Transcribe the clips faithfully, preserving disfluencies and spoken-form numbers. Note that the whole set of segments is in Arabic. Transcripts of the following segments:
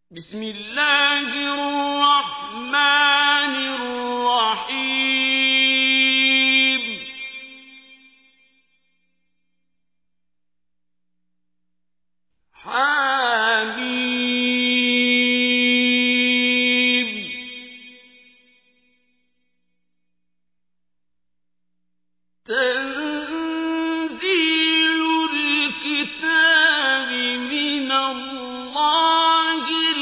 بسم الله الرحمن الرحيم حميم تنزيل الكتاب من الله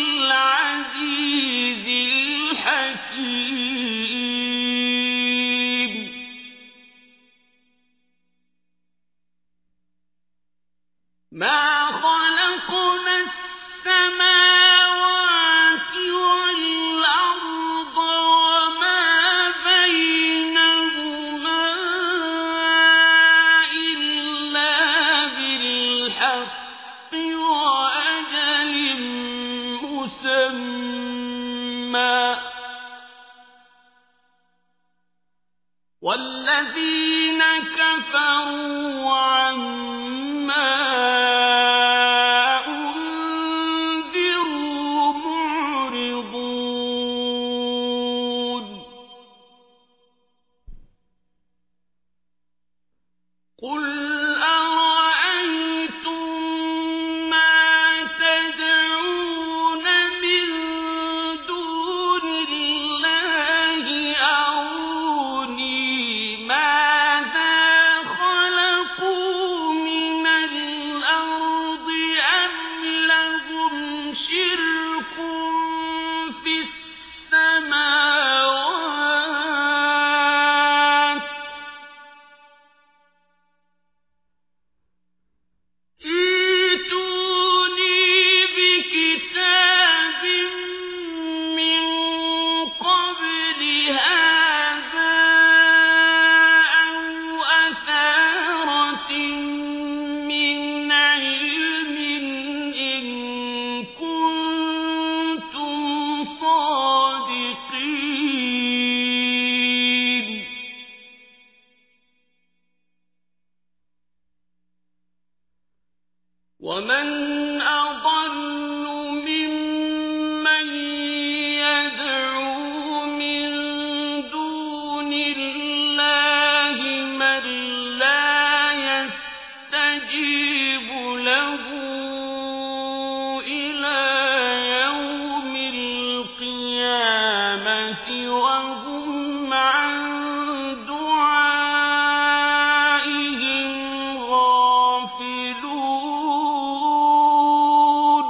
العزيز الحكيم ما خلقنا السماوات والأرض وما بينهما إلا بالحق وأجل مسمى والذين كفروا عما أنذروا معرضون قل أرأيتم ما تدعون من دون الله أروني ماذا خلقوا من الأرض أم لهم شرك في السماوات ائتوني بكتاب من قبل هذا أو أثارة من علم إن كنتم صادقين ومن أضل ممن يدعو من دون الله من لا يستجيب له إلى يوم القيامة وهم عن دعائهم غافلون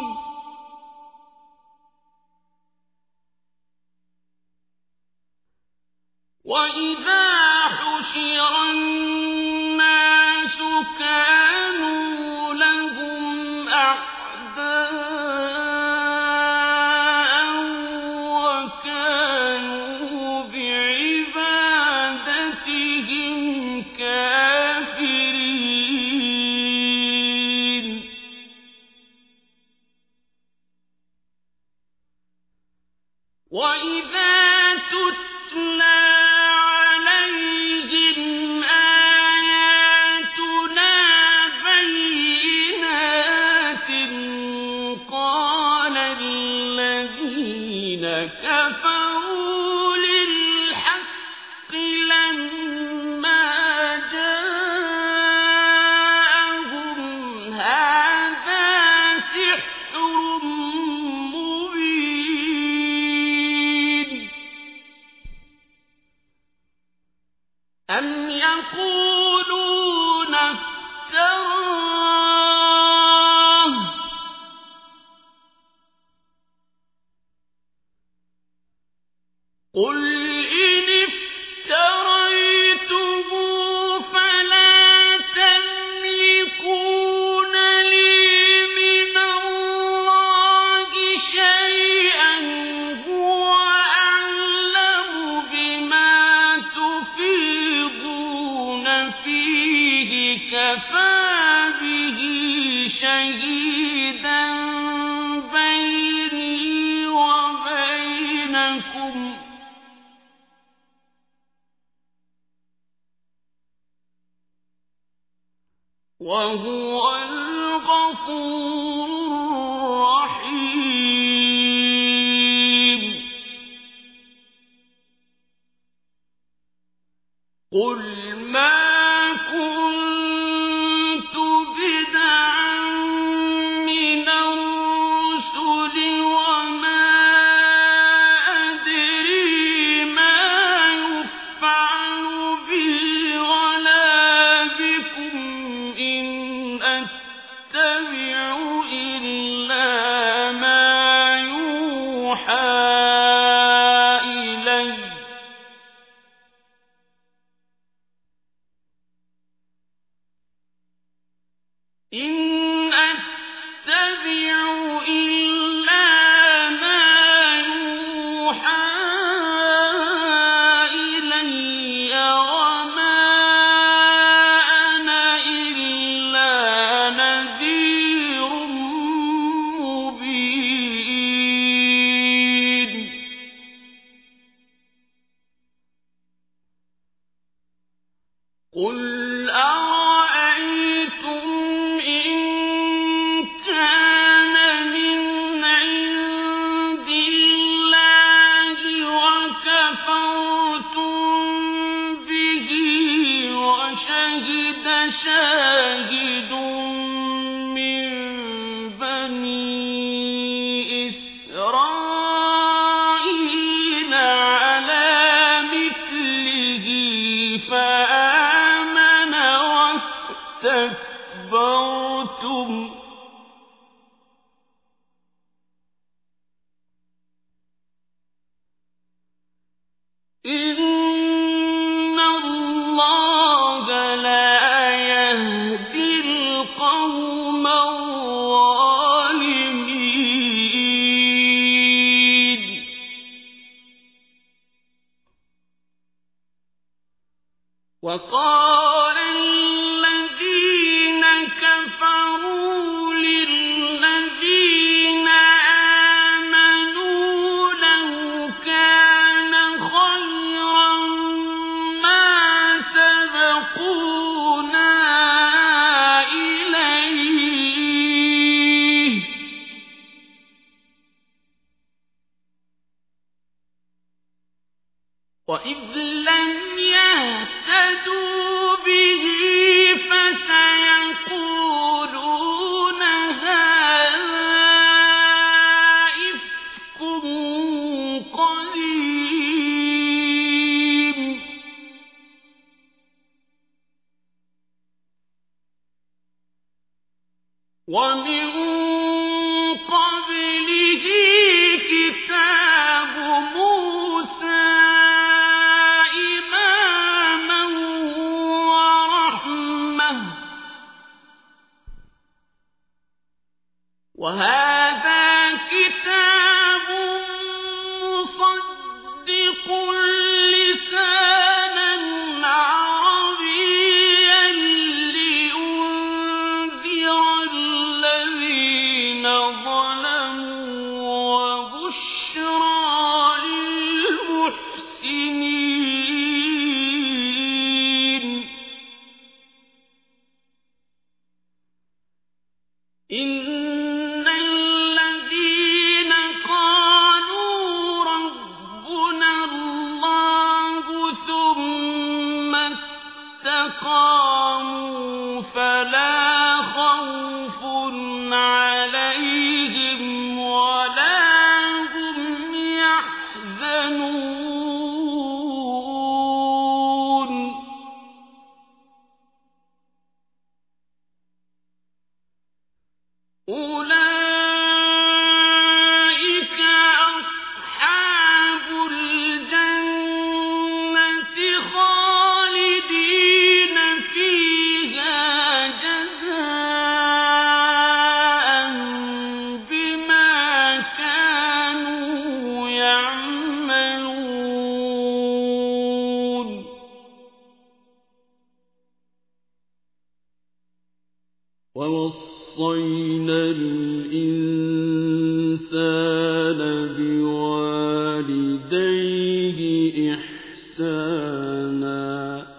وإذا حشر الناس كانوا لهم أعداء وكانوا بعبادتهم كافرين وإذا تتلى عليهم آياتنا بينات قال الذين كفروا للحق لما جاءهم هذا سحر مبين أم يقولون افتراه قل إن افتريته فلا تملكون لي من الله شيئا هو أعلم بما تفيضون فيه كفى به شهيدا بيني وبينكم وهو الغفور الرحيم قُلْ مَا كُنتُ بِدْعًا مِّنَ الرُّسُلِ وَمَا أَدْرِي مَا يُفْعَلُ بِي وَلَا بِكُمْ إِنْ أَتَّبِعُ إِلَّا مَا يُوحَىٰ إِلَيَّ إِنْ أَتَّبِعُ إِلَّا مَا يُوحَىٰ إِلَيَّ وَمَا أَنَا إِلَّا نَذِيرٌ مُّبِينٌ قُلْ أَرَأَيْتُمْ إِن كَانَ مِنْ عِندِ اللَّهِ وَكَفَرْتُم بِهِ وَشَهِدَ شَاهِدٌ مِّن بَنِي إِسْرَائِيلَ عَلَىٰ مِثْلِهِ فَآمَنَ وَاسْتَكْبَرْتُمْ إِنَّ اللَّهَ لَا يَهْدِي الْقَوْمَ الظَّالِمِينَ وَقَالَ الَّذِينَ كَفَرُوا لِلَّذِينَ آمَنُوا لَوْ كَانَ خَيْرًا مَّا سَبَقُونَا إِلَيْهِ وَإِذْ لَمْ يَهْتَدُوا بِهِ فَسَيَقُولُونَ هَٰذَا إِفْكٌ قَدِيمٌ وَمِن قَبْلِهِ كِتَابُ مُوسَىٰ إِمَامًا وَرَحْمَةً ۚ وَهَٰذَا كِتَابٌ مُّصَدِّقٌ لِّسَانًا عَرَبِيًّا لِّيُنذِرَ الَّذِينَ ظَلَمُوا وَبُشْرَىٰ لِلْمُحْسِنِينَ إِنَّ الَّذِينَ قَالُوا رَبُّنَا اللَّهُ ثُمَّ اسْتَقَامُوا فَلَا خَوْفٌ عَلَيْهِمْ وَلَا هُمْ يَحْزَنُونَ أُولَٰئِكَ أَصْحَابُ الْجَنَّةِ خَالِدِينَ فِيهَا جَزَاءً بِمَا كَانُوا يَعْمَلُونَ وَوَصَّيْنَا الْإِنسَانَ بِوَالِدَيْهِ إِحْسَانًا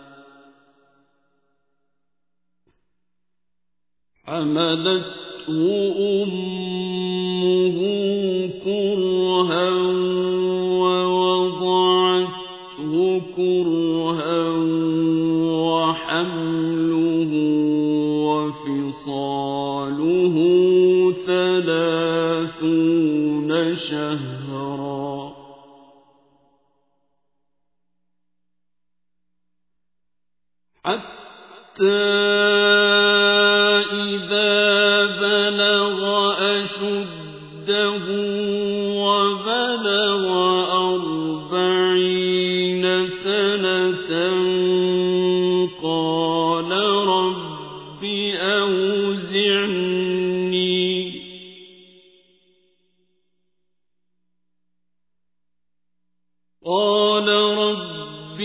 حَمَلَتْهُ أُمُّهُ كُرْهًا وَوَضَعَتْهُ كُرْهًا شهرا حتى إذا بلغ أشده وبلغ أربعين سنة قال رب أوزعني قال رب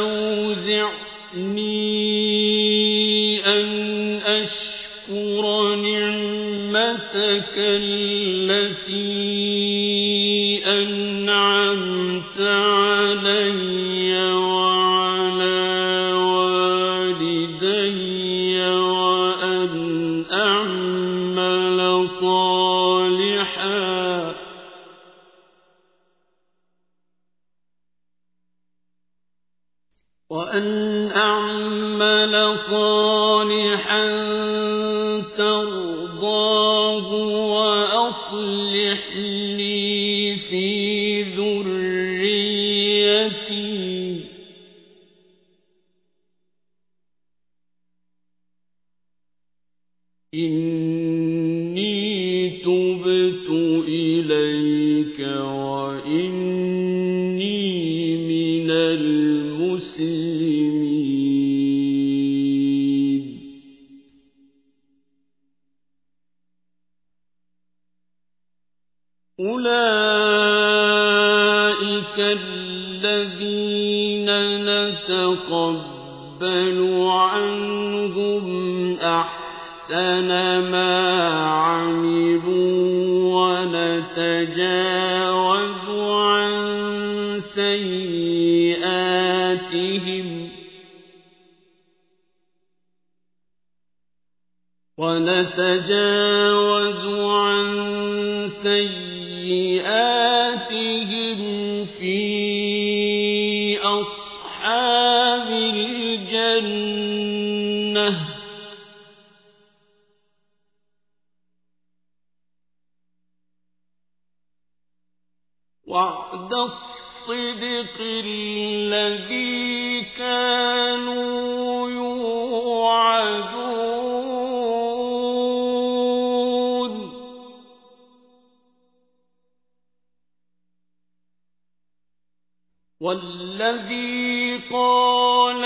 أوزعني أن أشكر نعمتك التي أنعمت علي وعلى والدي وأن أعمل صالحا وأن أعمل صالحا ترضاه وأصلح لي في ذريتي إني تبت إليك وإني من المسلمين أولئك الذين نتقبل عنهم أحسن ما عملوا ونتجاوز عن سيئاتهم ونتجاوز عن سيئاتهم في أصحاب الجنة وعد الصدق الذي كانوا يوعدون والذي قال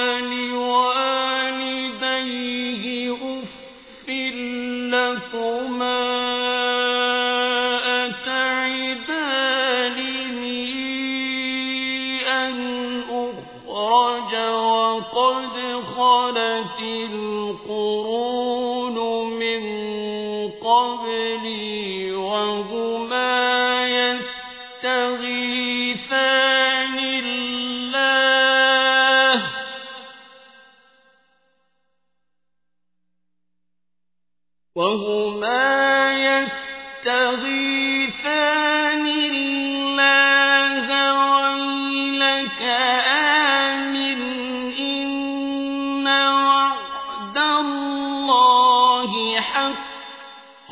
لوالديه أف لكما وقد خلت القرون من قبلي وهما يستغيثان الله وهما يستغيثان الله ويلك آمن إن وعد الله حق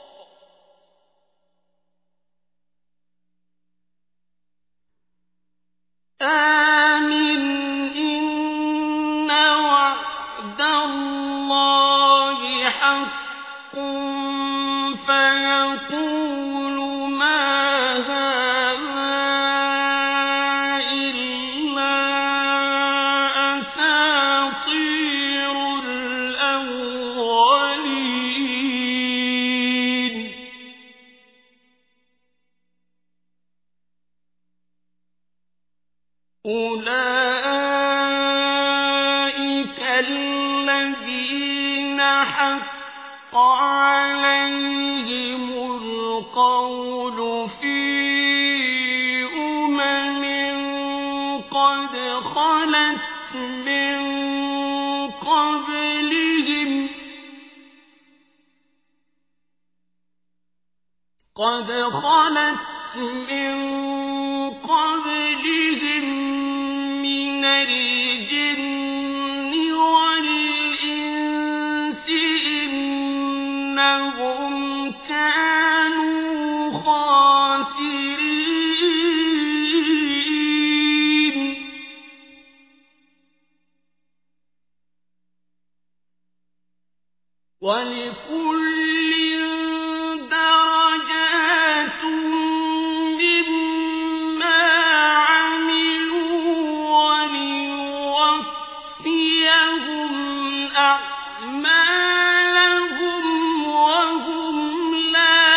آمن إن وعد الله حق فيقول ما هذا إلا أساطير الأولين أولئك الذين حق عليهم القول في أمم قد خلت من قبلهم قد خلت من قبلهم من الجن والإنس إنهم كانوا خاسرين الْخَاسِرِينَ وَلِكُلٍّ دَرَجَاتٌ مِّمَّا عَمِلُوا وَلِيُوَفِّيَهُمْ أَعْمَالَهُمْ وَهُمْ لَا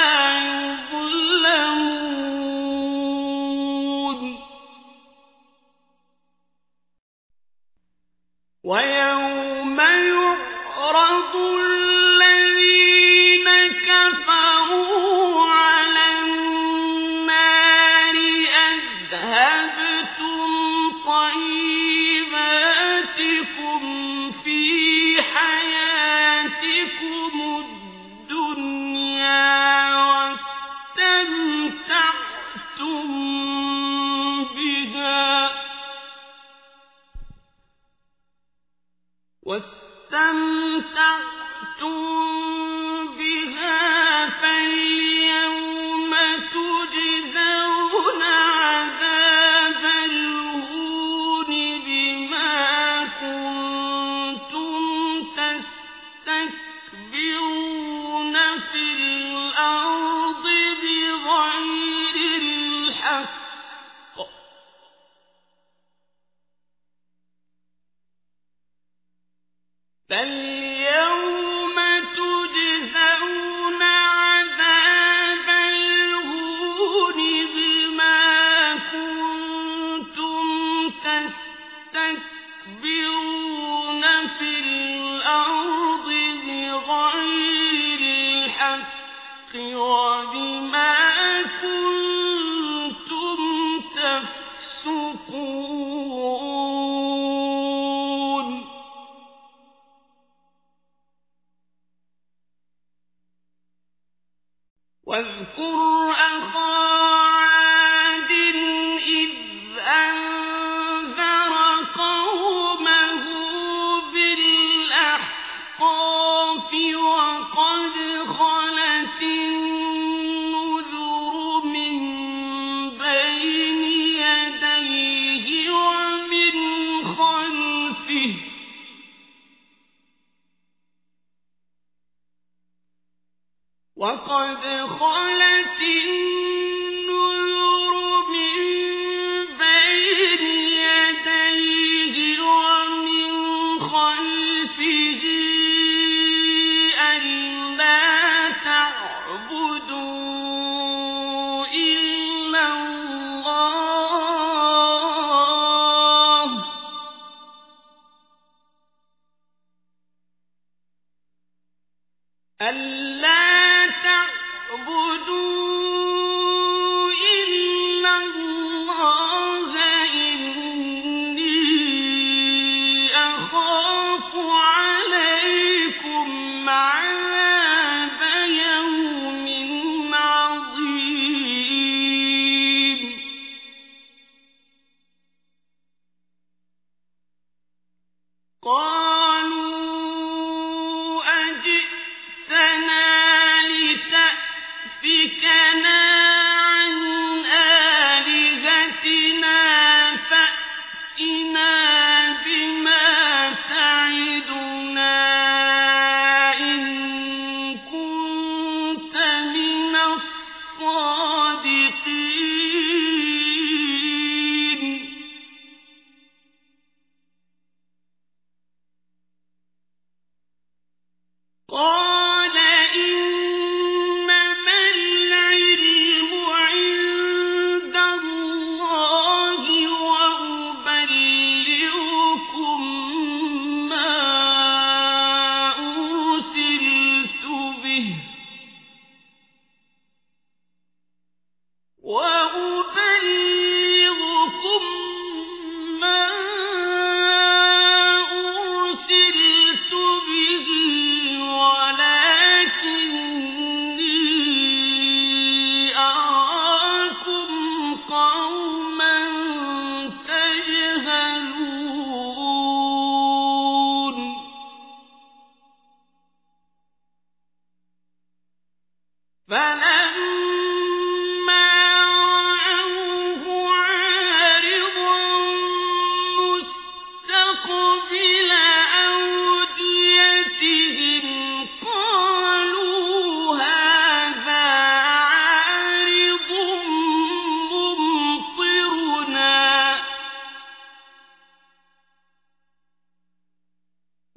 يُظْلَمُونَ وَيَوْمَ يُعْرَضُ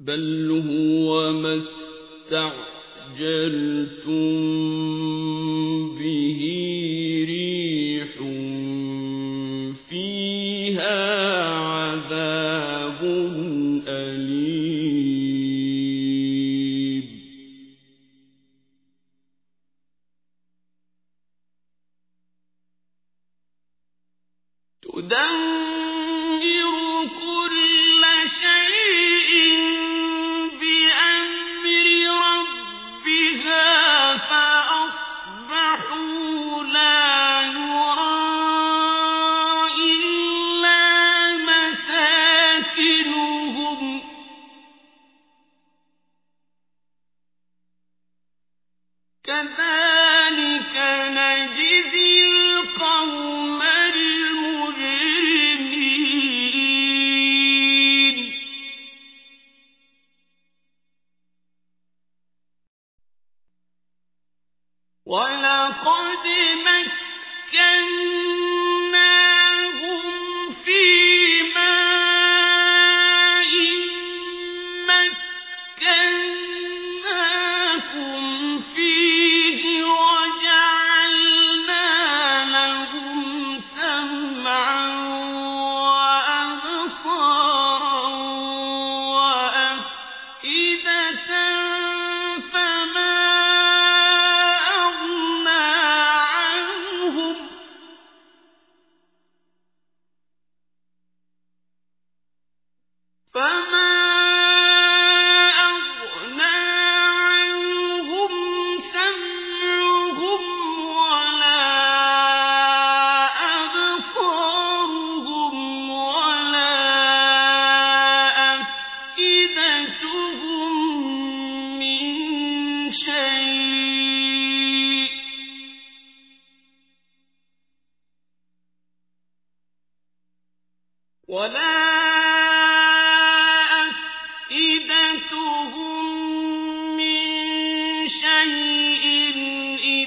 بل هو ما استعجلتم به ريح فيها عذاب أليم تدمر كل شيء بأمر ربها فأصبحوا لا يرى إلا مساكنهم كذلك نجزي القوم المجرمين ولقد مكناهم في ماء مكناكم فيه وجعلنا لهم سمعا وأبصارا وأفئدة فما أغنى عنهم فما أغنى عنهم سمعهم ولا أبصارهم ولا أفئدتهم من شيء ولا أفئدتهم من شيء إذ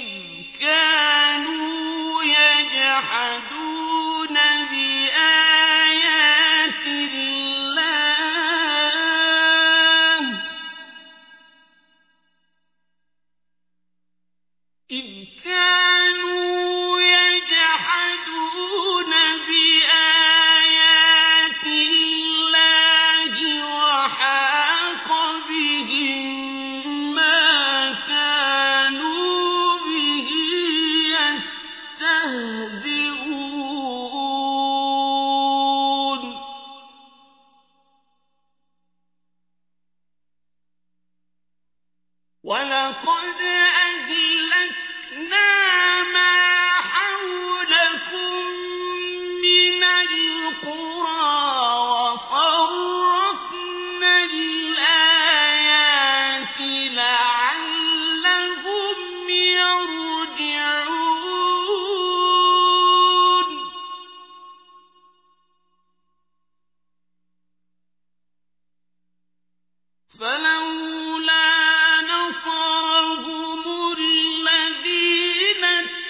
كانوا يجحدون بآيات الله إذ كانوا يجحدون بآيات الله وحاق بهم ما كانوا به يستهزئون ولقد أهلكنا ما حولكم من القرى وصرفنا الآيات لعلهم يرجعون فلولا نصرهم الذين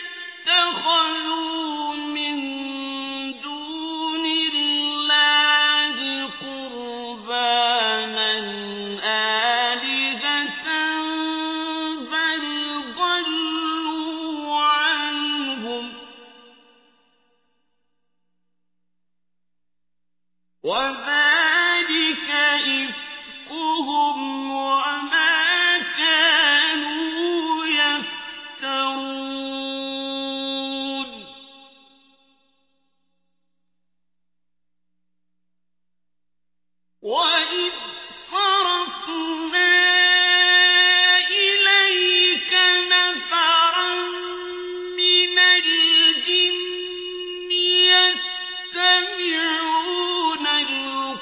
اتخذوا من دون الله قربانا آلهة بل ضلوا عنهم وذلك إفكهم وما كانوا يفترون وإذ صرفنا إليك نفرا من الجن يستمعون القرآن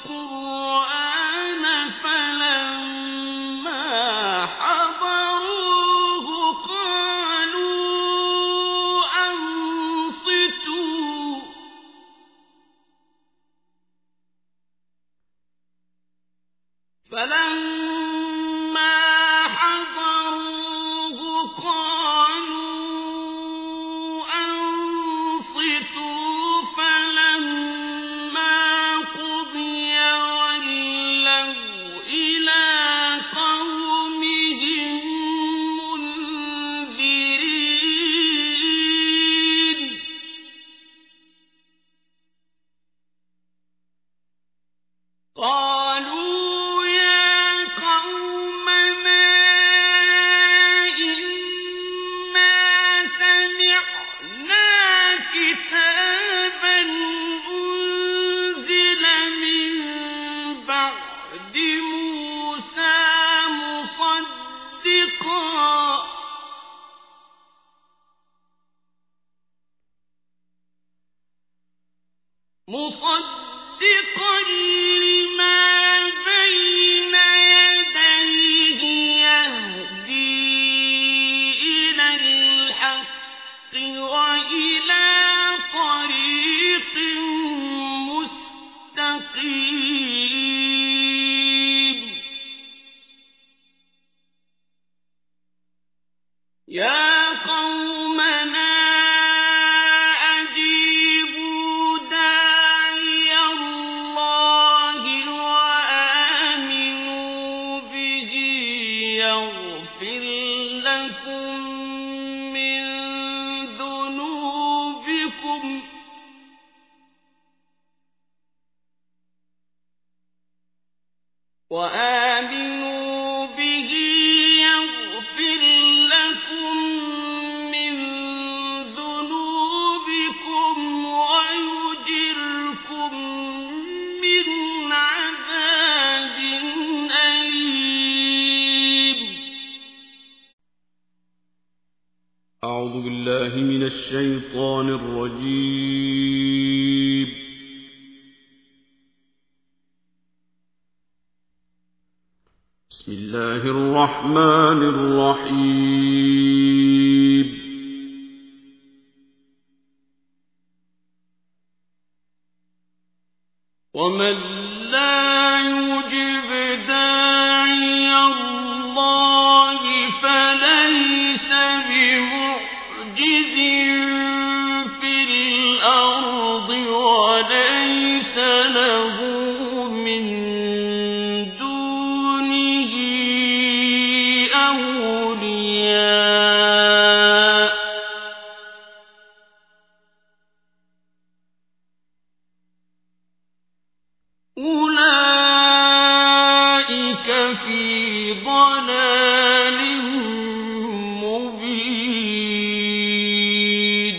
مصدقا لما بين يديه يهدي إلى الحق وإلى طريق مستقيم يا قومنا أجيبوا داعي الله وآمنوا به يغفر لكم من ذنوبكم وآمنوا به يغفر لكم من ذنوبكم ويجركم من عذاب أليم. أعوذ بالله من الشيطان الرجيم. بسم الله الرحمن الرحيم. ومن لا يجب داعي الله فليس بمعجز في الأرض وليس له من دونه أولياء أولئك في ضلال مبين.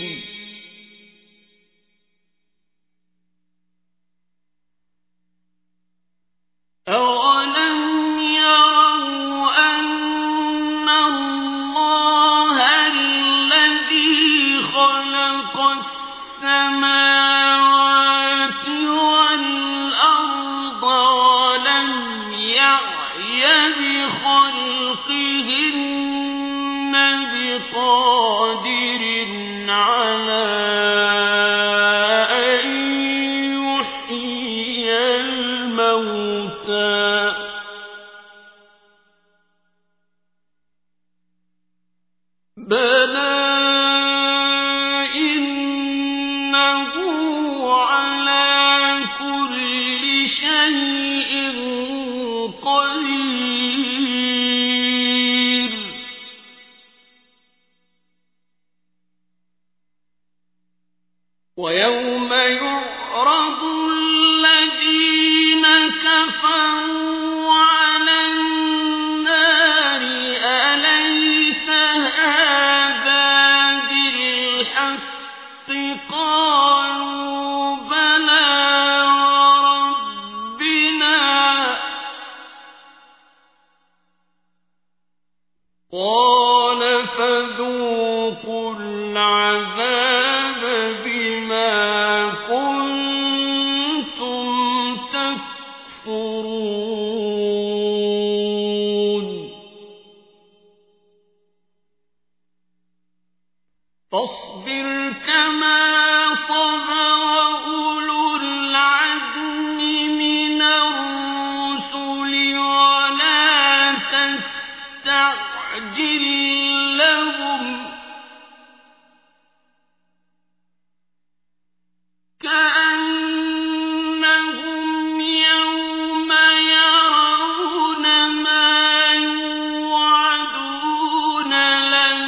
أولم يروا أن الله الذي خلق السماوات والأرض ولم يعي بخلقهن بقادر على أن يحيي الموتى بلى إنه على كل شيء قدير. ويوم يعرض الذين كفروا على النار أليس هذا بالحق قالوا بلى وربنا قال فذوقوا العذاب بما كنتم تكفرون. فاصبر كما صبر أولو العزم من الرسل ولا تستعجل لهم كأنهم يوم يرون ما يوعدون لم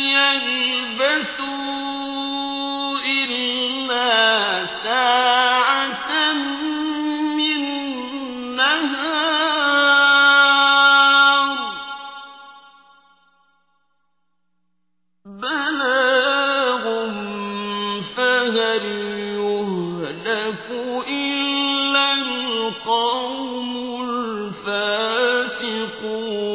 يلبثوا إلا ساعة من نهار بلاغ فهل يهلك إلا القوم الفاسقون.